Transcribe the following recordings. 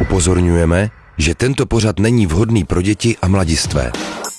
Upozorňujeme, že tento pořad není vhodný pro děti a mladistvé.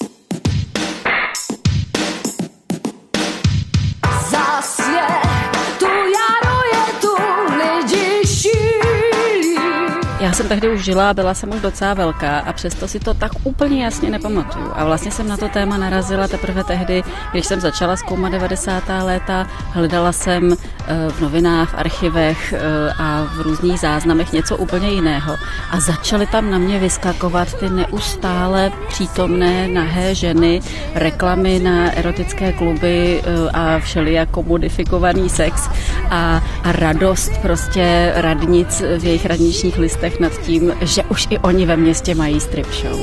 Já jsem tehdy už žila, byla jsem už docela velká a přesto si to tak úplně jasně nepamatuju. A vlastně jsem na to téma narazila teprve tehdy, když jsem začala zkoumat 90. léta, hledala jsem v novinách, v archivech a v různých záznamech něco úplně jiného. A začaly tam na mě vyskakovat ty neustále přítomné nahé ženy, reklamy na erotické kluby a všelijako modifikovaný sex a radost prostě radnic v jejich radničních listech nad tím, že už i oni ve městě mají strip show.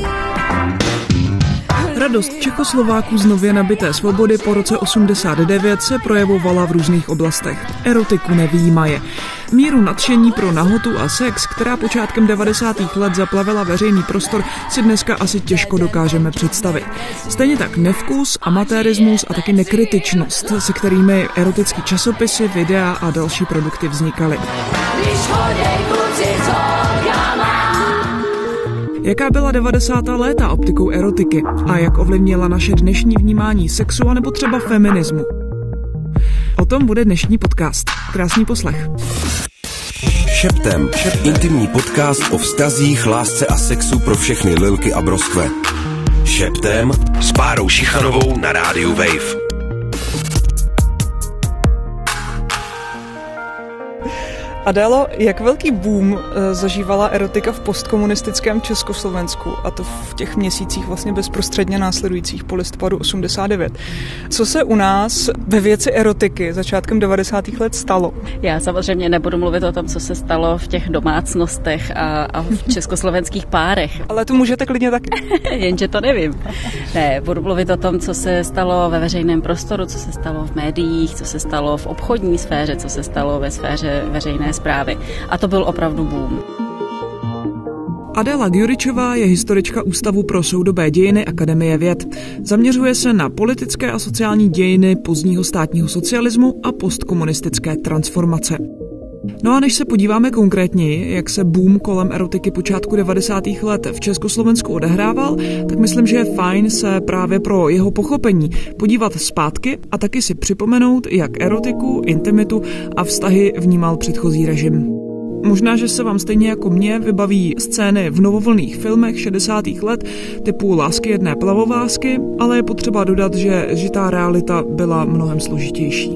Radost Čechoslováků z nově nabité svobody po roce 89 se projevovala v různých oblastech. Erotiku nevyjímaje. Míru nadšení pro nahotu a sex, která počátkem 90. let zaplavila veřejný prostor, si dneska asi těžko dokážeme představit. Stejně tak nevkus, amatérismus a taky nekritičnost, se kterými erotický časopisy, videa a další produkty vznikaly. Jaká byla 90. léta optikou erotiky a jak ovlivnila naše dnešní vnímání sexu a nebo třeba feminismu? O tom bude dnešní podcast. Krásný poslech. Šeptem. Intimní podcast o vztazích, lásce a sexu pro všechny lilky a broskve. Šeptem s Bárou Šichanovou na rádiu Wave. Adélo, jak velký boom zažívala erotika v postkomunistickém Československu, a to v těch měsících vlastně bezprostředně následujících po listopadu 89. Co se u nás ve věci erotiky začátkem 90. let stalo? Já samozřejmě nebudu mluvit o tom, co se stalo v těch domácnostech a v československých párech. Ale to můžete klidně taky. Jenže to nevím. Ne, budu mluvit o tom, co se stalo ve veřejném prostoru, co se stalo v médiích, co se stalo v obchodní sféře, co se stalo ve sféře veřejné zprávy. A to byl opravdu boom. Adéla Gyuričová je historička Ústavu pro soudobé dějiny Akademie věd. Zaměřuje se na politické a sociální dějiny pozdního státního socialismu a postkomunistické transformace. No a než se podíváme konkrétněji, jak se boom kolem erotiky počátku 90. let v Československu odehrával, tak myslím, že je fajn se právě pro jeho pochopení podívat zpátky a taky si připomenout, jak erotiku, intimitu a vztahy vnímal předchozí režim. Možná, že se vám stejně jako mě vybaví scény v novovlnných filmech 60. let typu Lásky jedné plavovásky, ale je potřeba dodat, že ta realita byla mnohem složitější.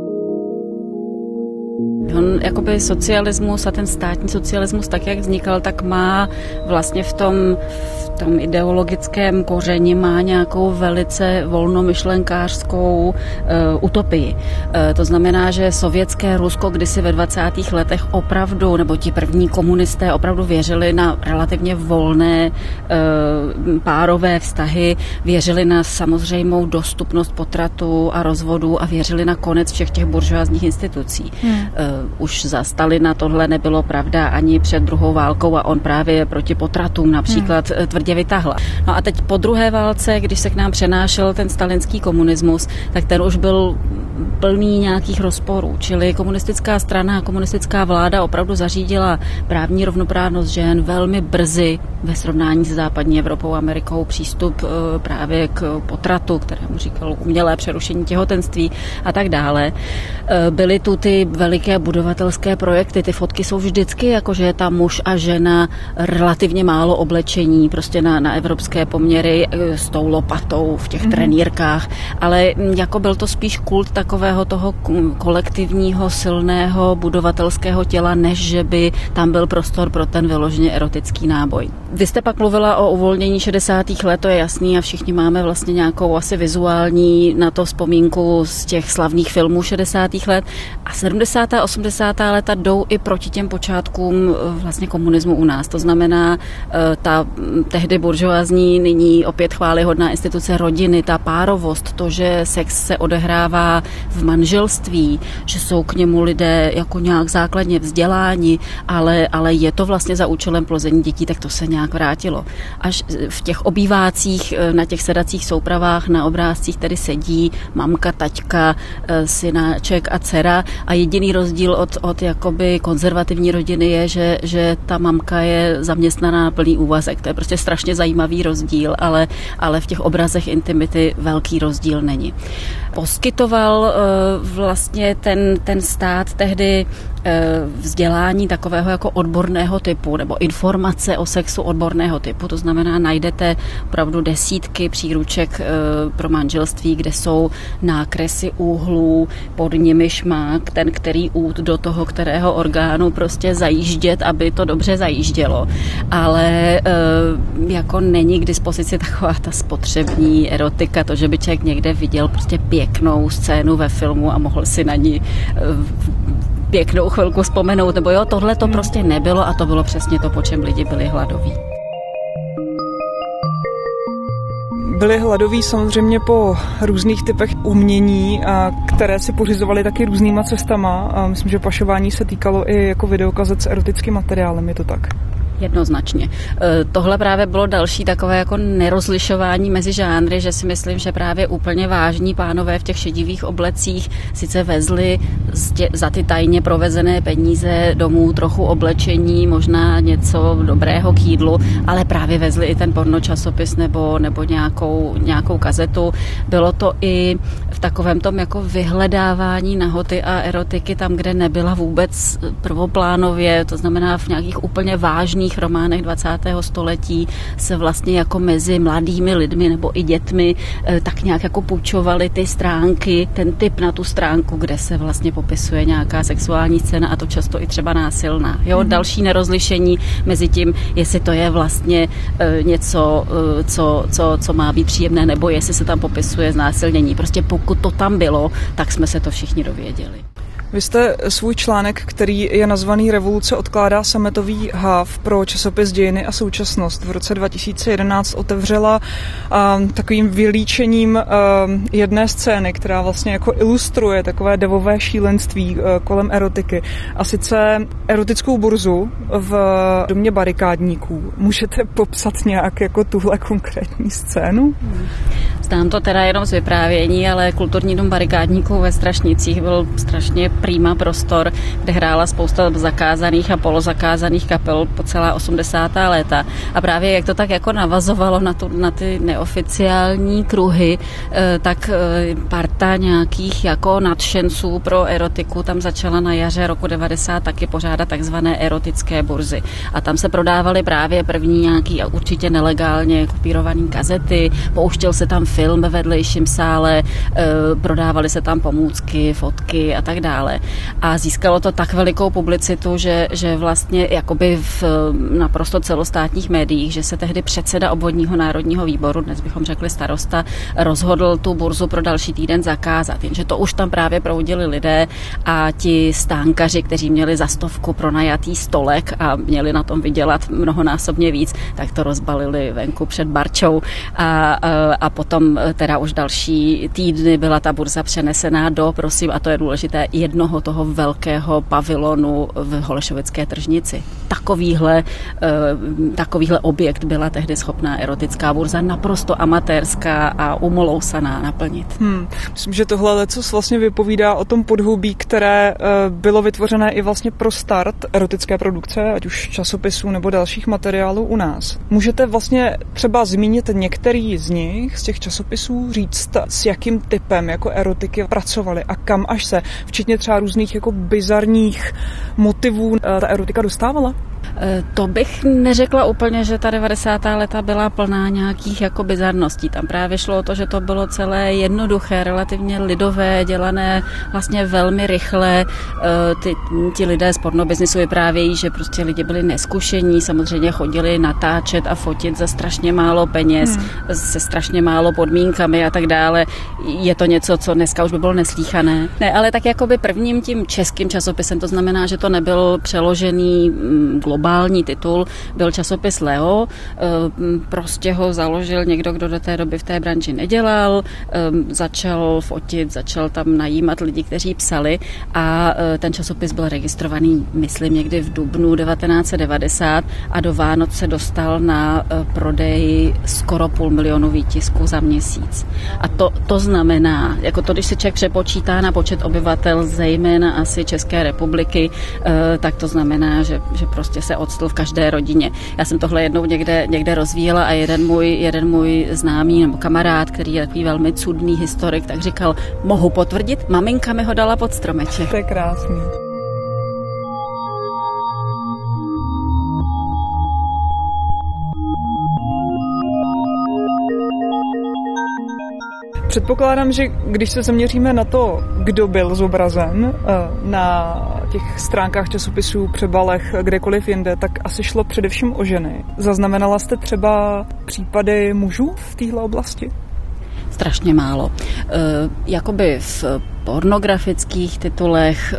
On jakoby socialismus a ten státní socialismus, tak jak vznikal, tak má vlastně v tom ideologickém kořeni má nějakou velice volnomyšlenkářskou utopii. To znamená, že sovětské Rusko kdysi ve 20. letech opravdu, nebo ti první komunisté opravdu věřili na relativně volné párové vztahy, věřili na samozřejmou dostupnost potratu a rozvodu a věřili na konec všech těch buržoazních institucí. Už za Stalina tohle nebylo pravda ani před druhou válkou a on právě proti potratům například tvrdě vytáhla. No a teď po druhé válce, když se k nám přenášel ten stalinský komunismus, tak ten už byl plný nějakých rozporů, čili komunistická strana a komunistická vláda opravdu zařídila právní rovnoprávnost žen velmi brzy ve srovnání se západní Evropou a Amerikou, přístup právě k potratu, kterému říkal umělé přerušení těhotenství a tak dále. Byly tu ty veliké budovatelské projekty, ty fotky jsou vždycky jako, že je tam muž a žena, relativně málo oblečení, prostě na evropské poměry s tou lopatou v těch trenýrkách, ale jako byl to spíš kult takového toho kolektivního, silného budovatelského těla, než že by tam byl prostor pro ten vyloženě erotický náboj. Vy jste pak mluvila o uvolnění 60. let, to je jasný a všichni máme vlastně nějakou asi vizuální na to vzpomínku z těch slavných filmů 60. let a 70. a 80. léta jdou i proti těm počátkům vlastně komunismu u nás. To znamená, ta tehdy buržoazní, nyní opět chvályhodná instituce rodiny, ta párovost, to, že sex se odehrává v manželství, že jsou k němu lidé jako nějak základně vzděláni, ale je to vlastně za účelem plození dětí, tak to se nějak vrátilo. Až v těch obývácích, na těch sedacích soupravách, na obrázcích tedy sedí mamka, taťka, synáček a dcera a jediný rozdíl od jakoby konzervativní rodiny je, že ta mamka je zaměstnaná na plný úvazek. To je prostě strašně zajímavý rozdíl, ale v těch obrazech intimity velký rozdíl není. Poskytoval vlastně ten stát tehdy vzdělání takového jako odborného typu nebo informace o sexu odborného typu. To znamená, najdete opravdu desítky příruček pro manželství, kde jsou nákresy úhlů, pod nimiž má ten, který út do toho, kterého orgánu prostě zajíždět, aby to dobře zajíždělo. Ale jako není k dispozici taková ta spotřební erotika, to, že by člověk někde viděl prostě pěknou scénu ve filmu a mohl si na ní pěknou chvilku vzpomenout, nebo jo, tohle to prostě nebylo a to bylo přesně to, po čem lidi byli hladoví. Byli hladoví samozřejmě po různých typech umění, které si pořizovali taky různýma cestama. A myslím, že pašování se týkalo i jako videokazet s erotickým materiálem, je to tak? Jednoznačně. Tohle právě bylo další takové jako nerozlišování mezi žánry, že si myslím, že právě úplně vážní pánové v těch šedivých oblecích sice vezli za ty tajně provezené peníze domů trochu oblečení, možná něco dobrého k jídlu, ale právě vezli i ten pornočasopis nebo nějakou kazetu. Bylo to i v takovém tom jako vyhledávání nahoty a erotiky tam, kde nebyla vůbec prvoplánově, to znamená v nějakých úplně vážných románech 20. století se vlastně jako mezi mladými lidmi nebo i dětmi tak nějak jako půjčovaly ty stránky, ten tip na tu stránku, kde se vlastně popisuje nějaká sexuální scéna a to často i třeba násilná. Jo? Další nerozlišení mezi tím, jestli to je vlastně něco, co má být příjemné, nebo jestli se tam popisuje znásilnění. Prostě pokud to tam bylo, tak jsme se to všichni dověděli. Vy jste svůj článek, který je nazvaný Revoluce odkládá sametový háv pro časopis Dějiny a současnost v roce 2011 otevřela takovým vylíčením jedné scény, která vlastně jako ilustruje takové davové šílenství kolem erotiky. A sice erotickou burzu v domě barikádníků. Můžete popsat nějak jako tuhle konkrétní scénu? Znám to teda jenom z vyprávění, ale kulturní dům barikádníků ve Strašnicích byl strašně prýma prostor, kde hrála spousta zakázaných a polozakázaných kapel po celá 80. léta. A právě jak to tak jako navazovalo na ty neoficiální kruhy, tak parta nějakých jako nadšenců pro erotiku tam začala na jaře roku 90 taky pořádat takzvané erotické burzy. A tam se prodávaly právě první nějaký určitě nelegálně kopírovaný kazety, pouštěl se tam film ve vedlejším sále, prodávaly se tam pomůcky, fotky a tak dále. A získalo to tak velikou publicitu, že vlastně jakoby v naprosto celostátních médiích, že se tehdy předseda obvodního národního výboru, dnes bychom řekli starosta, rozhodl tu burzu pro další týden zakázat. Jenže to už tam právě proudili lidé a ti stánkaři, kteří měli za 100 pronajatý stolek a měli na tom vydělat mnohonásobně víc, tak to rozbalili venku před barčou a potom teda už další týdny byla ta burza přenesená do, prosím, a to je důležité, jednoho toho velkého pavilonu v Holešovické tržnici. Takovýhle objekt byla tehdy schopná erotická burza naprosto amatérská a umolousaná naplnit. Myslím, že tohle lecos vlastně vypovídá o tom podhoubí, které bylo vytvořené i vlastně pro start erotické produkce, ať už časopisů nebo dalších materiálů u nás. Můžete vlastně třeba zmínit některý z nich, z těch časopisů, říct, s jakým typem jako erotiky pracovali a kam až se, včetně třeba různých jako bizarních motivů, ta erotika dostávala? To bych neřekla úplně, že ta 90. léta byla plná nějakých jako bizarností. Tam právě šlo o to, že to bylo celé jednoduché, relativně lidové, dělané vlastně velmi rychle. Ti lidé z pornobiznisu vyprávějí, že prostě lidi byli neskušení, samozřejmě chodili natáčet a fotit za strašně málo peněz, se strašně málo podmínkami a tak dále. Je to něco, co dneska už by bylo neslíchané. Ne, ale tak jakoby prvním tím českým časopisem, to znamená, že to nebyl přeložený globální titul byl časopis Leo. Prostě ho založil někdo, kdo do té doby v té branži nedělal, začal fotit, začal tam najímat lidi, kteří psali a ten časopis byl registrovaný, myslím, někdy v dubnu 1990 a do Vánoc se dostal na prodej skoro 500 000 výtisků za měsíc. A to znamená, jako to, když se člověk přepočítá na počet obyvatel, zejména asi České republiky, tak to znamená, že prostě se octl v každé rodině. Já jsem tohle jednou někde rozvíjela a jeden můj známý nebo kamarád, který je takový velmi cudný historik, tak říkal, mohu potvrdit, maminka mi ho dala pod stromeček. To je krásný. Předpokládám, že když se zaměříme na to, kdo byl zobrazen na těch stránkách časopisů, přebalech, kdekoliv jinde, tak asi šlo především o ženy. Zaznamenala jste třeba případy mužů v téhle oblasti? Strašně málo. Jakoby v pornografických titulech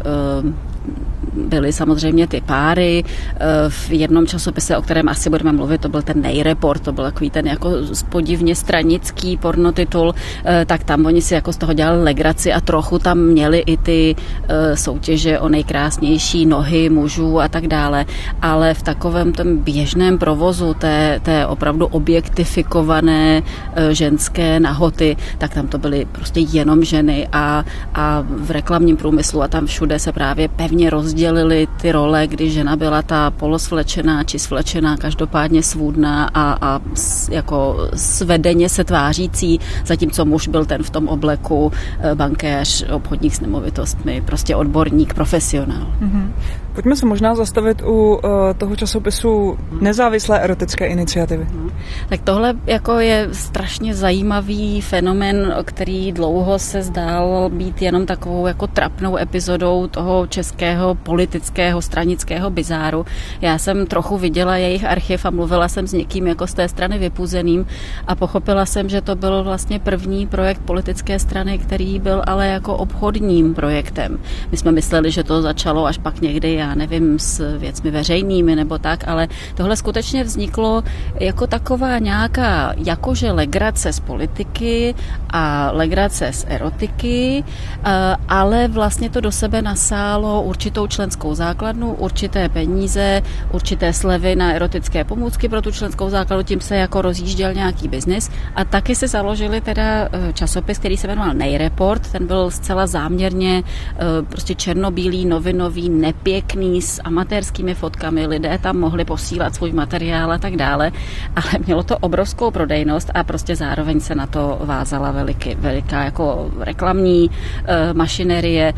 byly samozřejmě ty páry. V jednom časopise, o kterém asi budeme mluvit, to byl ten Nejreport, to byl takový ten jako podivně stranický pornotitul, tak tam oni si jako z toho dělali legraci a trochu tam měli i ty soutěže o nejkrásnější nohy mužů a tak dále, ale v takovém tom běžném provozu té opravdu objektifikované ženské nahoty, tak tam to byly prostě jenom ženy a v reklamním průmyslu a tam všude se právě pevně rozdělily ty role, kdy žena byla ta polosvlečená či svlečená, každopádně svůdná a jako svedeně se tvářící, zatímco muž byl ten v tom obleku bankéř, obchodník s nemovitostmi, prostě odborník, profesionál. Mm-hmm. Pojďme se možná zastavit u toho časopisu Nezávislé erotické iniciativy. Tak tohle jako je strašně zajímavý fenomén, který dlouho se zdál být jenom takovou jako trapnou epizodou toho českého politického stranického bizáru. Já jsem trochu viděla jejich archiv a mluvila jsem s někým jako z té strany vypuzeným a pochopila jsem, že to byl vlastně první projekt politické strany, který byl ale jako obchodním projektem. My jsme mysleli, že to začalo až pak někdy, já nevím, s věcmi veřejnými nebo tak, ale tohle skutečně vzniklo jako taková nějaká jakože legrace z politiky a legrace z erotiky, ale vlastně to do sebe nasálo určitou členskou základnu, určité peníze, určité slevy na erotické pomůcky pro tu členskou základnu, tím se jako rozjížděl nějaký biznis a taky se založili teda časopis, který se jmenoval Nejreport, ten byl zcela záměrně prostě černobílý, novinový, nepěkný, s amatérskými fotkami, lidé tam mohli posílat svůj materiál a tak dále, ale mělo to obrovskou prodejnost a prostě zároveň se na to vázala veliká jako reklamní mašinerie.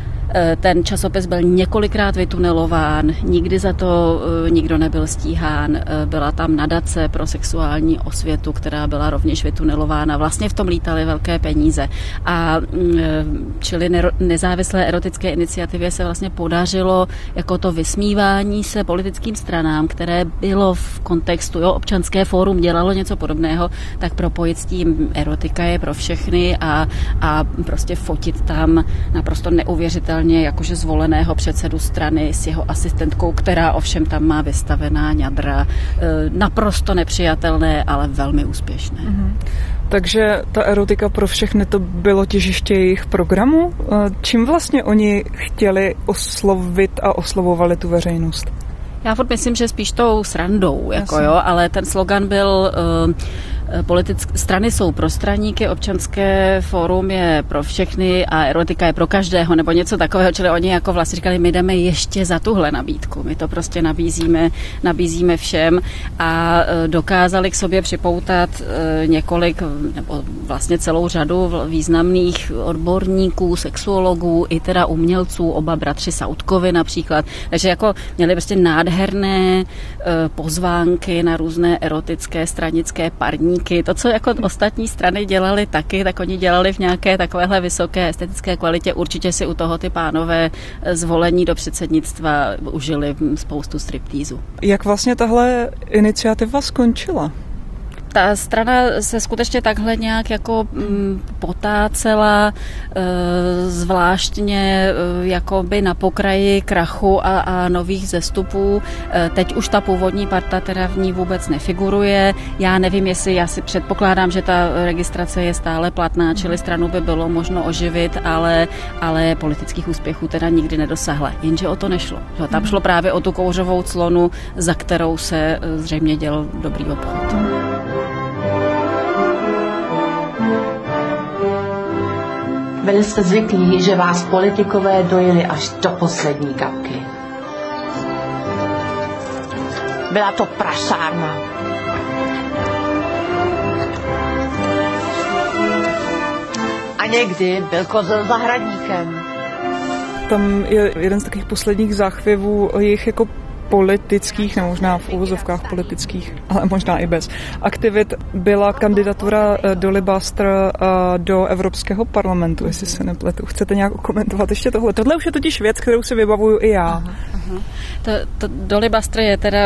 Ten časopis byl několikrát vytunelován, nikdy za to nikdo nebyl stíhán. Byla tam nadace pro sexuální osvětu, která byla rovněž vytunelována. Vlastně v tom lítaly velké peníze. A čili Nezávislé erotické iniciativě se vlastně podařilo jako to vysmívání se politickým stranám, které bylo v kontextu, Občanské fórum dělalo něco podobného, tak propojit s tím erotika je pro všechny a prostě fotit tam naprosto neuvěřitelně jakože zvoleného předsedu strany s jeho asistentkou, která ovšem tam má vystavená ňadra. Naprosto nepřijatelné, ale velmi úspěšné. Mm-hmm. Takže ta erotika pro všechny to bylo těžiště jejich programu? Čím vlastně oni chtěli oslovit a oslovovali tu veřejnost? Já furt myslím, že spíš tou srandou, jako ale ten slogan byl strany jsou pro straníky, Občanské fórum je pro všechny a erotika je pro každého, nebo něco takového, čili oni jako vlastně říkali, my jdeme ještě za tuhle nabídku, my to prostě nabízíme všem a dokázali k sobě připoutat několik, nebo vlastně celou řadu významných odborníků, sexuologů i teda umělců, oba bratři Sautkovi například, takže jako měli prostě nádherné pozvánky na různé erotické stranické parníky. To, co jako ostatní strany dělali taky, tak oni dělali v nějaké takovéhle vysoké estetické kvalitě. Určitě si u toho ty pánové zvolení do předsednictva užili spoustu striptýzu. Jak vlastně tahle iniciativa skončila? ta strana se skutečně takhle nějak jako potácela zvláštně jakoby na pokraji krachu a nových zestupů. Teď už ta původní parta teda v ní vůbec nefiguruje. Já nevím, já si předpokládám, že ta registrace je stále platná, čili stranu by bylo možno oživit, ale politických úspěchů teda nikdy nedosáhla. Jenže o to nešlo. Tam šlo právě o tu kouřovou clonu, za kterou se zřejmě dělal dobrý obchod. Byli jste zvyklí, že vás politikové dojeli až do poslední kapky. Byla to prašárna. A někdy byl kozel zahradníkem. Tam je jeden z takových posledních záchvěvů jejich jako politických, nebo možná v uvozovkách politických, ale možná i bez aktivit, byla kandidatura Dolly Buster do Evropského parlamentu, jestli se nepletu. Chcete nějak komentovat ještě tohle? Tohle už je totiž věc, kterou si vybavuju i já. Aha. To Dolly Buster je teda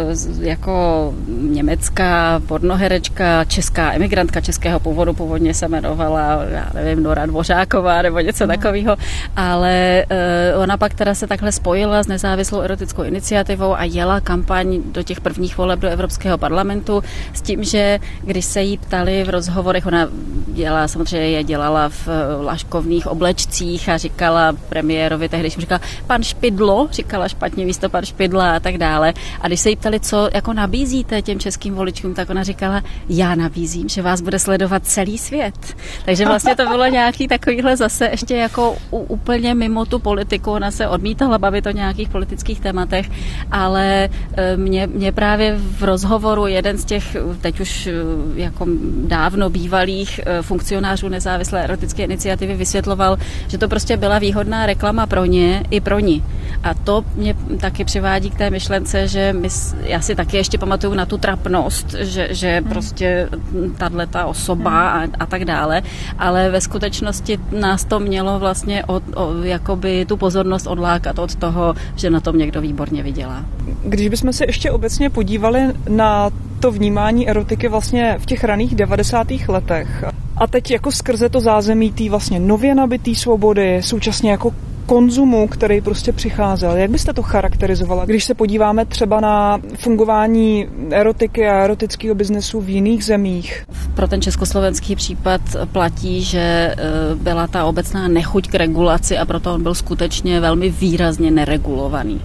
jako německá pornoherečka, česká emigrantka českého původu, původně se jmenovala, já nevím, Nora Dvořáková nebo něco takového, ale ona pak teda se takhle spojila s nezávislou erotickou iniciativou a jela kampaň do těch prvních voleb do Evropského parlamentu s tím, že když se jí ptali v rozhovorech, ona samozřejmě dělala v laškovných oblečcích a říkala premiérovi tehdy, když mu říkala pan Špidlo, říkala špatně místo pan Špidla a tak dále. A když se jí ptali, co jako nabízíte těm českým voličům, tak ona říkala, já nabízím, že vás bude sledovat celý svět. Takže vlastně to bylo nějaký takovýhle zase ještě jako úplně mimo tu politiku. Ona se odmítala bavit o nějakých politických tématech, ale mě právě v rozhovoru jeden z těch teď už jako dávno bývalých funkcionářů nezávislé erotické iniciativy vysvětloval, že to prostě byla výhodná reklama pro ně i pro ní. A to mě taky přivádí k té myšlence, že já si taky ještě pamatuju na tu trapnost, že prostě tato osoba a tak dále, ale ve skutečnosti nás to mělo vlastně jakoby tu pozornost odlákat od toho, že na tom někdo výborně vydělá. Když bychom se ještě obecně podívali na to vnímání erotiky vlastně v těch raných 90. letech a teď jako skrze to zázemí té vlastně nově nabitý svobody, současně jako konzumu, který prostě přicházel. Jak byste to charakterizovala, když se podíváme třeba na fungování erotiky a erotického biznesu v jiných zemích? Pro ten československý případ platí, že byla ta obecná nechuť k regulaci a proto on byl skutečně velmi výrazně neregulovaný.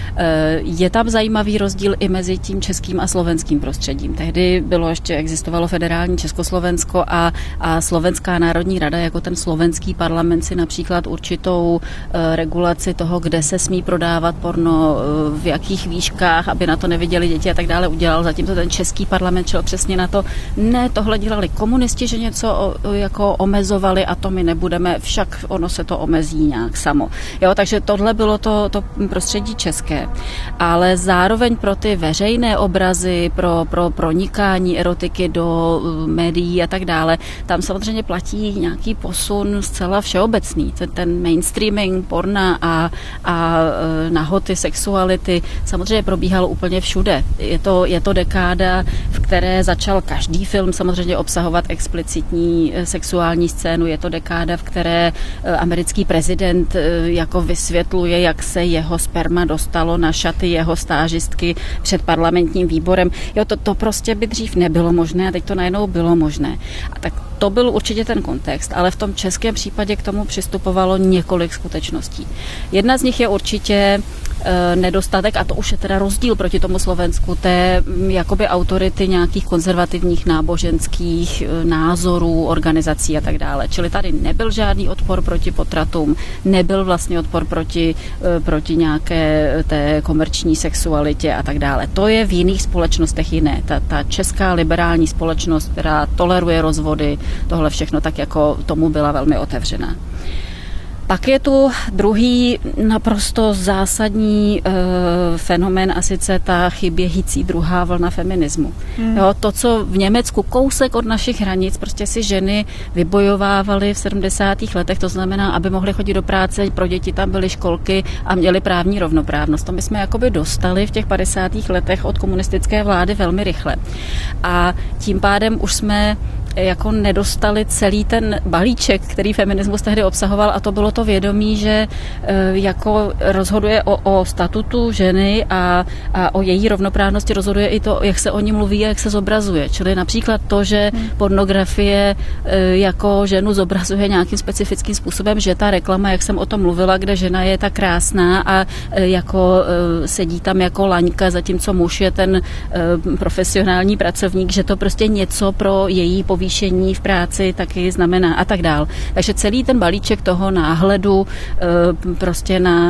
Je tam zajímavý rozdíl i mezi tím českým a slovenským prostředím. Tehdy existovalo federální Československo a Slovenská národní rada jako ten slovenský parlament si například určitou regulaci toho, kde se smí prodávat porno, v jakých výškách, aby na to neviděli děti a tak dále udělal. Zatímco ten český parlament šel přesně na to, ne, tohle dělali komunisti, že něco jako omezovali a to my nebudeme, však ono se to omezí nějak samo. Jo, takže tohle bylo to prostředí české. Ale zároveň pro ty veřejné obrazy, pro pronikání erotiky do médií a tak dále, tam samozřejmě platí nějaký posun zcela všeobecný. Ten mainstreaming porna a nahoty, sexuality samozřejmě probíhal úplně všude. Je to dekáda, v které začal každý film samozřejmě obsahovat explicitní sexuální scénu. Je to dekáda, v které americký prezident jako vysvětluje, jak se jeho sperma dostalo na šaty jeho stážistky před parlamentním výborem. Jo, to prostě by dřív nebylo možné a teď to najednou bylo možné. A tak to byl určitě ten kontext, ale v tom českém případě k tomu přistupovalo několik skutečností. Jedna z nich je určitě nedostatek, a to už je teda rozdíl proti tomu Slovensku, té jakoby autority nějakých konzervativních náboženských názorů, organizací a tak dále. Čili tady nebyl žádný odpor proti potratům, nebyl vlastně odpor proti nějaké té komerční sexualitě a tak dále. To je v jiných společnostech jiné. Ta česká liberální společnost, která toleruje rozvody, tohle všechno tak jako tomu byla velmi otevřená. Pak je tu druhý naprosto zásadní fenomén a sice ta chybějící druhá vlna feminismu. Jo, to, co v Německu kousek od našich hranic prostě si ženy vybojovávaly v 70. letech, to znamená, aby mohly chodit do práce, pro děti tam byly školky a měly právní rovnoprávnost. To my jsme jakoby dostali v těch 50. letech od komunistické vlády velmi rychle. A tím pádem už jsme jako nedostali celý ten balíček, který feminismus tehdy obsahoval, a to bylo to vědomí, že jako rozhoduje o statutu ženy a o její rovnoprávnosti rozhoduje i to, jak se o ní mluví a jak se zobrazuje. Čili například to, že pornografie jako ženu zobrazuje nějakým specifickým způsobem, že ta reklama, jak jsem o tom mluvila, kde žena je tak krásná a jako sedí tam jako laňka, zatímco muž je ten profesionální pracovník, že to prostě něco pro její povýšení v práci taky znamená a tak dál. Takže celý ten balíček toho náhledu prostě na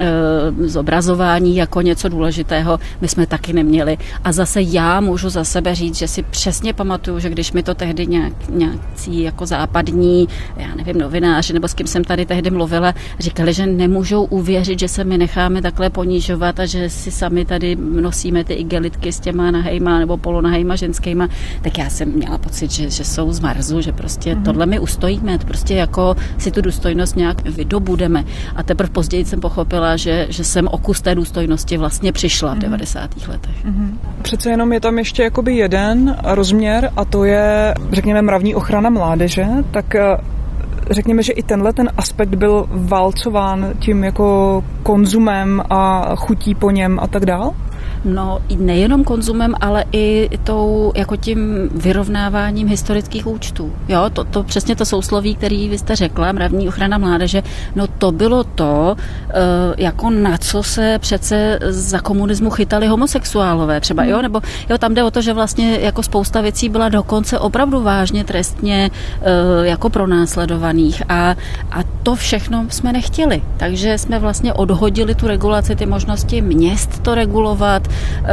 zobrazování jako něco důležitého my jsme taky neměli. A zase já můžu za sebe říct, že si přesně pamatuju, že když mi to tehdy nějaký jako západní, já nevím, novináři, nebo s kým jsem tady tehdy mluvila, říkali, že nemůžou uvěřit, že se my necháme takhle ponížovat a že si sami tady nosíme ty igelitky s těma nahejma nebo polonahejma ženskýma, tak já jsem měla pocit, že jsou z Marsu, že prostě tohle my ustojíme, prostě jako si tu důstojnost nějak vydobudeme. A teprve později jsem pochopila, že jsem o kus té důstojnosti vlastně přišla v 90. letech. Přece jenom je tam ještě jakoby jeden rozměr a to je, řekněme, mravní ochrana mládeže, tak řekněme, že i ten aspekt byl válcován tím jako konzumem a chutí po něm a tak dál? No, nejenom konzumem, ale i tou, jako tím vyrovnáváním historických účtů. Jo, to přesně to sousloví, který vy jste řekla, mravní ochrana mládeže, no to bylo to, jako na co se přece za komunismu chytali homosexuálové třeba, jo, nebo jo, tam jde o to, že vlastně jako spousta věcí byla dokonce opravdu vážně trestně jako pronásledovaných a to všechno jsme nechtěli. Takže jsme vlastně odhodili tu regulaci, ty možnosti měst to regulovat,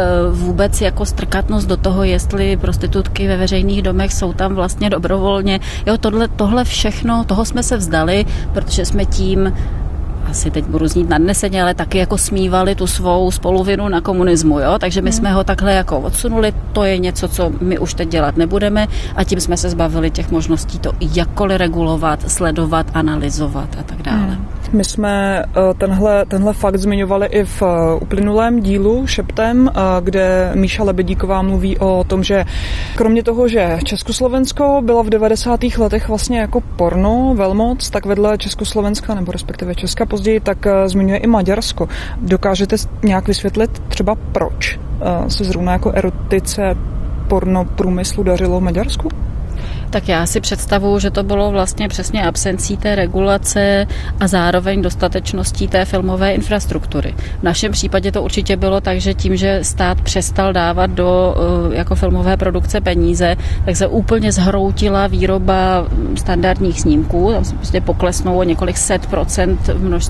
vůbec jako strkatnost do toho, jestli prostitutky ve veřejných domech jsou tam vlastně dobrovolně. Jo, tohle všechno, toho jsme se vzdali, protože jsme tím, asi teď budu znít nadneseně, ale taky jako smívali tu svou spoluvinu na komunismu, jo? Takže my jsme ho takhle jako odsunuli, to je něco, co my už teď dělat nebudeme a tím jsme se zbavili těch možností to jakkoliv regulovat, sledovat, analyzovat a tak dále. My jsme tenhle fakt zmiňovali i v uplynulém dílu Šeptem, kde Míša Lebedíková mluví o tom, že kromě toho, že Československo byla v 90. letech vlastně jako porno velmoc, tak vedle Československa, nebo respektive Česka později, tak zmiňuje i Maďarsko. Dokážete nějak vysvětlit třeba proč se zrovna jako erotice porno průmyslu dařilo v Maďarsku? Tak já si představuji, že to bylo vlastně přesně absencí té regulace a zároveň dostatečností té filmové infrastruktury. V našem případě to určitě bylo tak, že tím, že stát přestal dávat do jako filmové produkce peníze, tak se úplně zhroutila výroba standardních snímků, tam se prostě poklesnou o několik set procent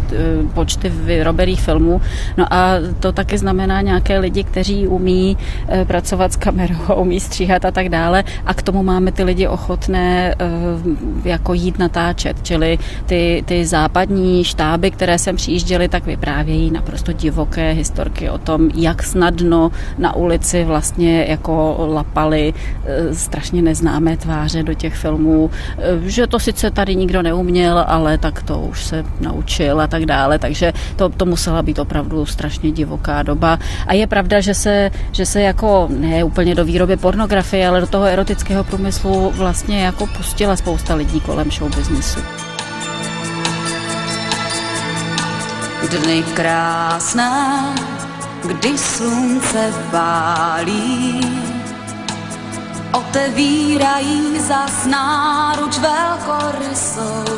počty vyrobených filmů. No a to taky znamená nějaké lidi, kteří umí pracovat s kamerou, umí stříhat a tak dále a k tomu máme ty lidi ochotné jako jít natáčet, čili ty západní štáby, které sem přijížděly, tak vyprávějí naprosto divoké historky o tom, jak snadno na ulici vlastně jako lapali strašně neznámé tváře do těch filmů, že to sice tady nikdo neuměl, ale tak to už se naučil a tak dále, takže to musela být opravdu strašně divoká doba a je pravda, že se jako ne úplně do výroby pornografie, ale do toho erotického průmyslu vlastně jako pustila spousta lidí kolem showbiznisu. Dny krásné, kdy slunce pálí, otevírají zas náruč velkorysou.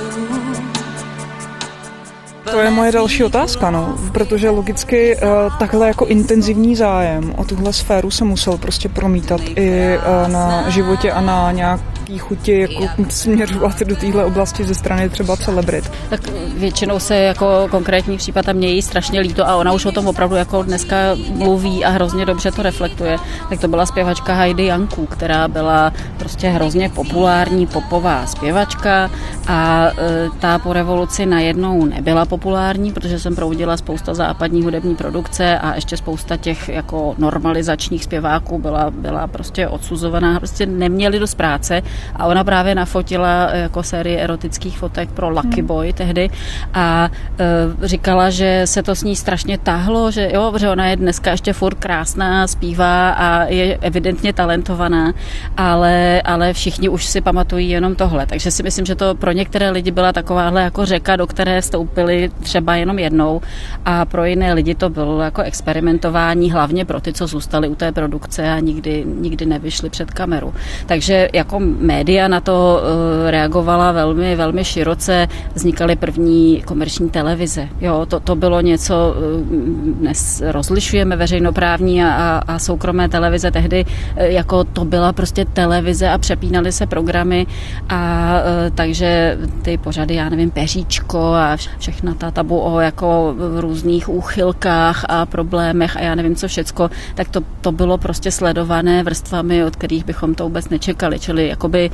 To je moje další otázka, no, protože logicky takhle jako intenzivní zájem o tuhle sféru se musel prostě promítat i na životě a na té chuti jako směřovat do téhle oblasti ze strany třeba celebrit? Tak většinou se jako konkrétní případ a mě jí strašně líto a ona už o tom opravdu jako dneska mluví a hrozně dobře to reflektuje. Tak to byla zpěvačka Heidi Janku, která byla prostě hrozně populární popová zpěvačka a ta po revoluci najednou nebyla populární, protože jsem proudila spousta západní hudební produkce a ještě spousta těch jako normalizačních zpěváků byla prostě odsuzovaná, prostě neměli dost práce a ona právě nafotila jako sérii erotických fotek pro Lucky Boy tehdy a říkala, že se to s ní strašně táhlo, že ona je dneska ještě furt krásná, zpívá a je evidentně talentovaná, ale všichni už si pamatují jenom tohle. Takže si myslím, že to pro některé lidi byla takováhle jako řeka, do které vstoupili třeba jenom jednou a pro jiné lidi to bylo jako experimentování, hlavně pro ty, co zůstali u té produkce a nikdy nevyšli před kameru. Takže jako média na to reagovala velmi, velmi široce, vznikaly první komerční televize. Jo, to bylo něco, dnes rozlišujeme veřejnoprávní a soukromé televize, tehdy jako to byla prostě televize a přepínaly se programy a takže ty pořady, já nevím, Peříčko a všechna ta tabu o jako různých úchylkách a problémech a já nevím co všecko, tak to bylo prostě sledované vrstvami, od kterých bychom to vůbec nečekali, čili jakoby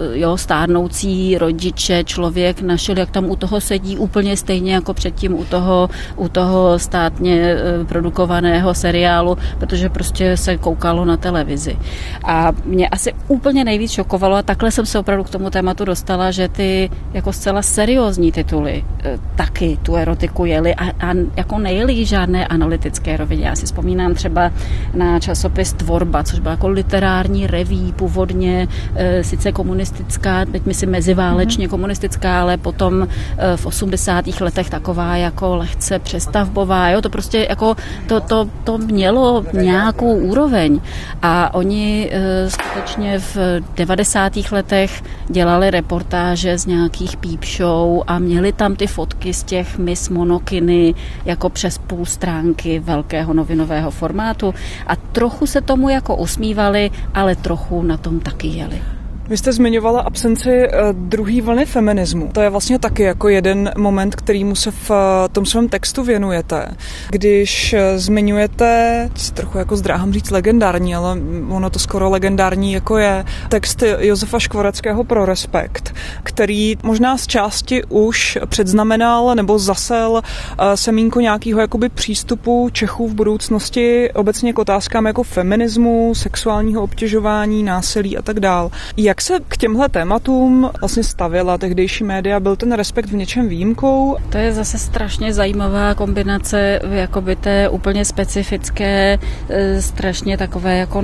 stárnoucí rodiče, člověk našel, jak tam u toho sedí úplně stejně jako předtím u toho státně produkovaného seriálu, protože prostě se koukalo na televizi. A mě asi úplně nejvíc šokovalo, a takhle jsem se opravdu k tomu tématu dostala, že ty jako zcela seriózní tituly taky tu erotiku jeli a jako nejeli žádné analytické rovině. Já si vzpomínám třeba na časopis Tvorba, což byla jako literární reví, původně sice komunistická, teď myslím meziválečně komunistická, ale potom v 80. letech taková jako lehce přestavbová. Jo? To prostě jako to mělo nějakou úroveň a oni skutečně v 90. letech dělali reportáže z nějakých peep show a měli tam ty fotky z těch Miss Monokiny jako přes půl stránky velkého novinového formátu a trochu se tomu jako usmívali, ale trochu na tom taky jeli. Vy jste zmiňovala absenci druhé vlny feminismu. To je vlastně taky jako jeden moment, kterýmu se v tom svém textu věnujete. Když zmiňujete, trochu jako zdráhám říct legendární, ale ono to skoro legendární jako je, text Josefa Škvoreckého Pro respekt, který možná z části už předznamenal nebo zasel semínko nějakého jakoby přístupu Čechů v budoucnosti obecně k otázkám jako feminismu, sexuálního obtěžování, násilí a tak dál. Jak se k těmhle tématům vlastně stavila tehdejší média? Byl ten respekt v něčem výjimkou? To je zase strašně zajímavá kombinace jakoby té úplně specifické, strašně takové jako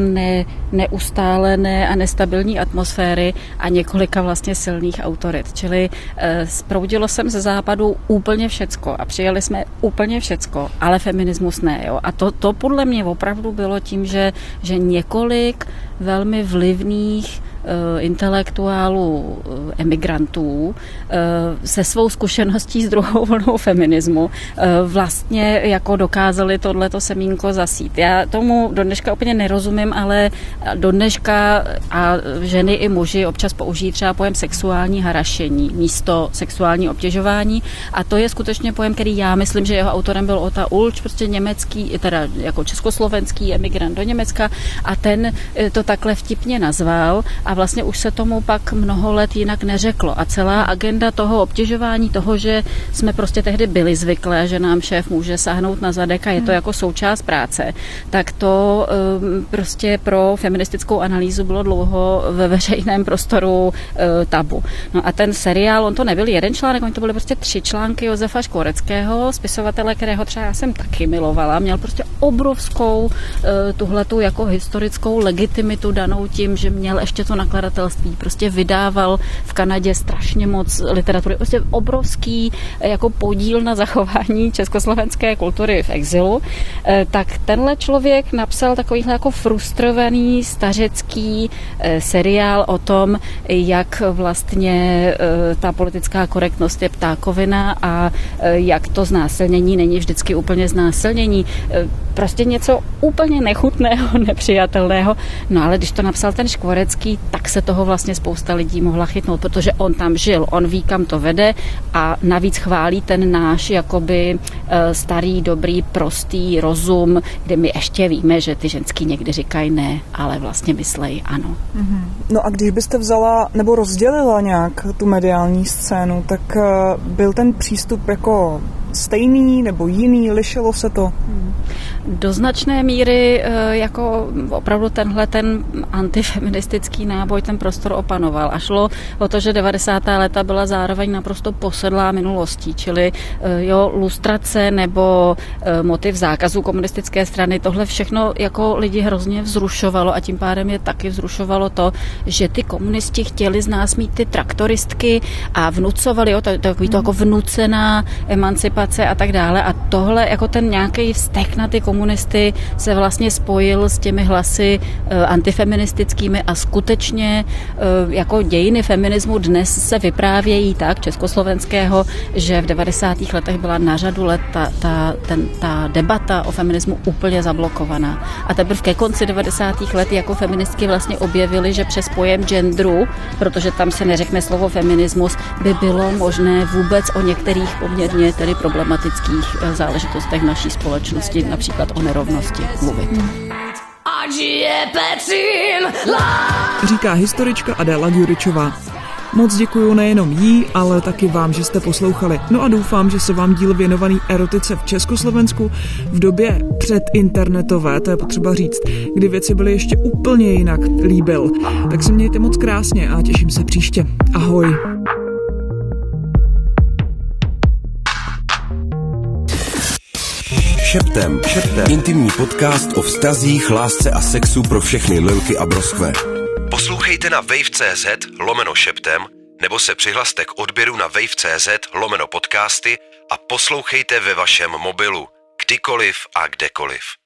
neustálené a nestabilní atmosféry a několika vlastně silných autorit. Čili sproudilo jsem ze západu úplně všecko a přijali jsme úplně všecko, ale feminismus ne. Jo? A to podle mě opravdu bylo tím, že několik velmi vlivných intelektuálů, emigrantů se svou zkušeností s druhou vlnou feminismu vlastně jako dokázali tohleto semínko zasít. Já tomu do dneška úplně nerozumím, ale do dneška a ženy i muži občas použijí třeba pojem sexuální harašení místo sexuální obtěžování a to je skutečně pojem, který já myslím, že jeho autorem byl Ota Ulč, prostě německý, teda jako československý emigrant do Německa a ten to takhle vtipně nazval a vlastně už se tomu pak mnoho let jinak neřeklo. A celá agenda toho obtěžování, toho, že jsme prostě tehdy byli zvyklé, že nám šéf může sáhnout na zadek a je to jako součást práce, tak to prostě pro feministickou analýzu bylo dlouho ve veřejném prostoru tabu. No a ten seriál, on to nebyl jeden článek, on to byly prostě 3 články Josefa Škvoreckého, spisovatele, kterého třeba já jsem taky milovala, měl prostě obrovskou tuhletu jako historickou legitimitu danou tím, že měl ještě to nakladatelství, prostě vydával v Kanadě strašně moc literatury, prostě obrovský jako podíl na zachování československé kultury v exilu, tak tenhle člověk napsal takovýhle jako frustrovaný stařecký seriál o tom, jak vlastně ta politická korektnost je ptákovina a jak to znásilnění není vždycky úplně znásilnění. Prostě něco úplně nechutného, nepřijatelného. No ale když to napsal ten Škvorecký, tak se toho vlastně spousta lidí mohla chytnout, protože on tam žil, on ví, kam to vede a navíc chválí ten náš jakoby starý, dobrý, prostý rozum, kde my ještě víme, že ty ženský někdy říkají ne, ale vlastně myslejí ano. No a když byste vzala nebo rozdělila nějak tu mediální scénu, tak byl ten přístup jako stejný nebo jiný, lišilo se to? Do značné míry jako opravdu tenhle ten antifeministický náboj ten prostor opanoval a šlo o to, že 90. léta byla zároveň naprosto posedlá minulostí, čili lustrace nebo motiv zákazu komunistické strany, tohle všechno jako lidi hrozně vzrušovalo a tím pádem je taky vzrušovalo to, že ty komunisti chtěli z nás mít ty traktoristky a vnucovali, takový to jako vnucená emancipace a tak dále a tohle jako ten nějaký vztek na ty komunisty se vlastně spojil s těmi hlasy antifeministickými a skutečně jako dějiny feminismu dnes se vyprávějí tak československého, že v 90. letech byla na řadu let ta debata o feminismu úplně zablokovaná. A teprve ke konci 90. let jako feministky vlastně objevily, že přes pojem genderu, protože tam se neřekne slovo feminismus, by bylo možné vůbec o některých poměrně tedy problematických záležitostech naší společnosti, například o nerovnosti, mluvit. Říká historička Adéla Gyuričová. Moc děkuju nejenom jí, ale taky vám, že jste poslouchali. No a doufám, že se vám díl věnovaný erotice v Československu v době předinternetové, to je potřeba říct, kdy věci byly ještě úplně jinak, líbil. Tak se mějte moc krásně a těším se příště. Ahoj. Šeptem. Intimní podcast o vztazích, lásce a sexu pro všechny lilky a broskve. Poslouchejte na wave.cz/šeptem nebo se přihlaste k odběru na wave.cz/podcasty a poslouchejte ve vašem mobilu, kdykoliv a kdekoliv.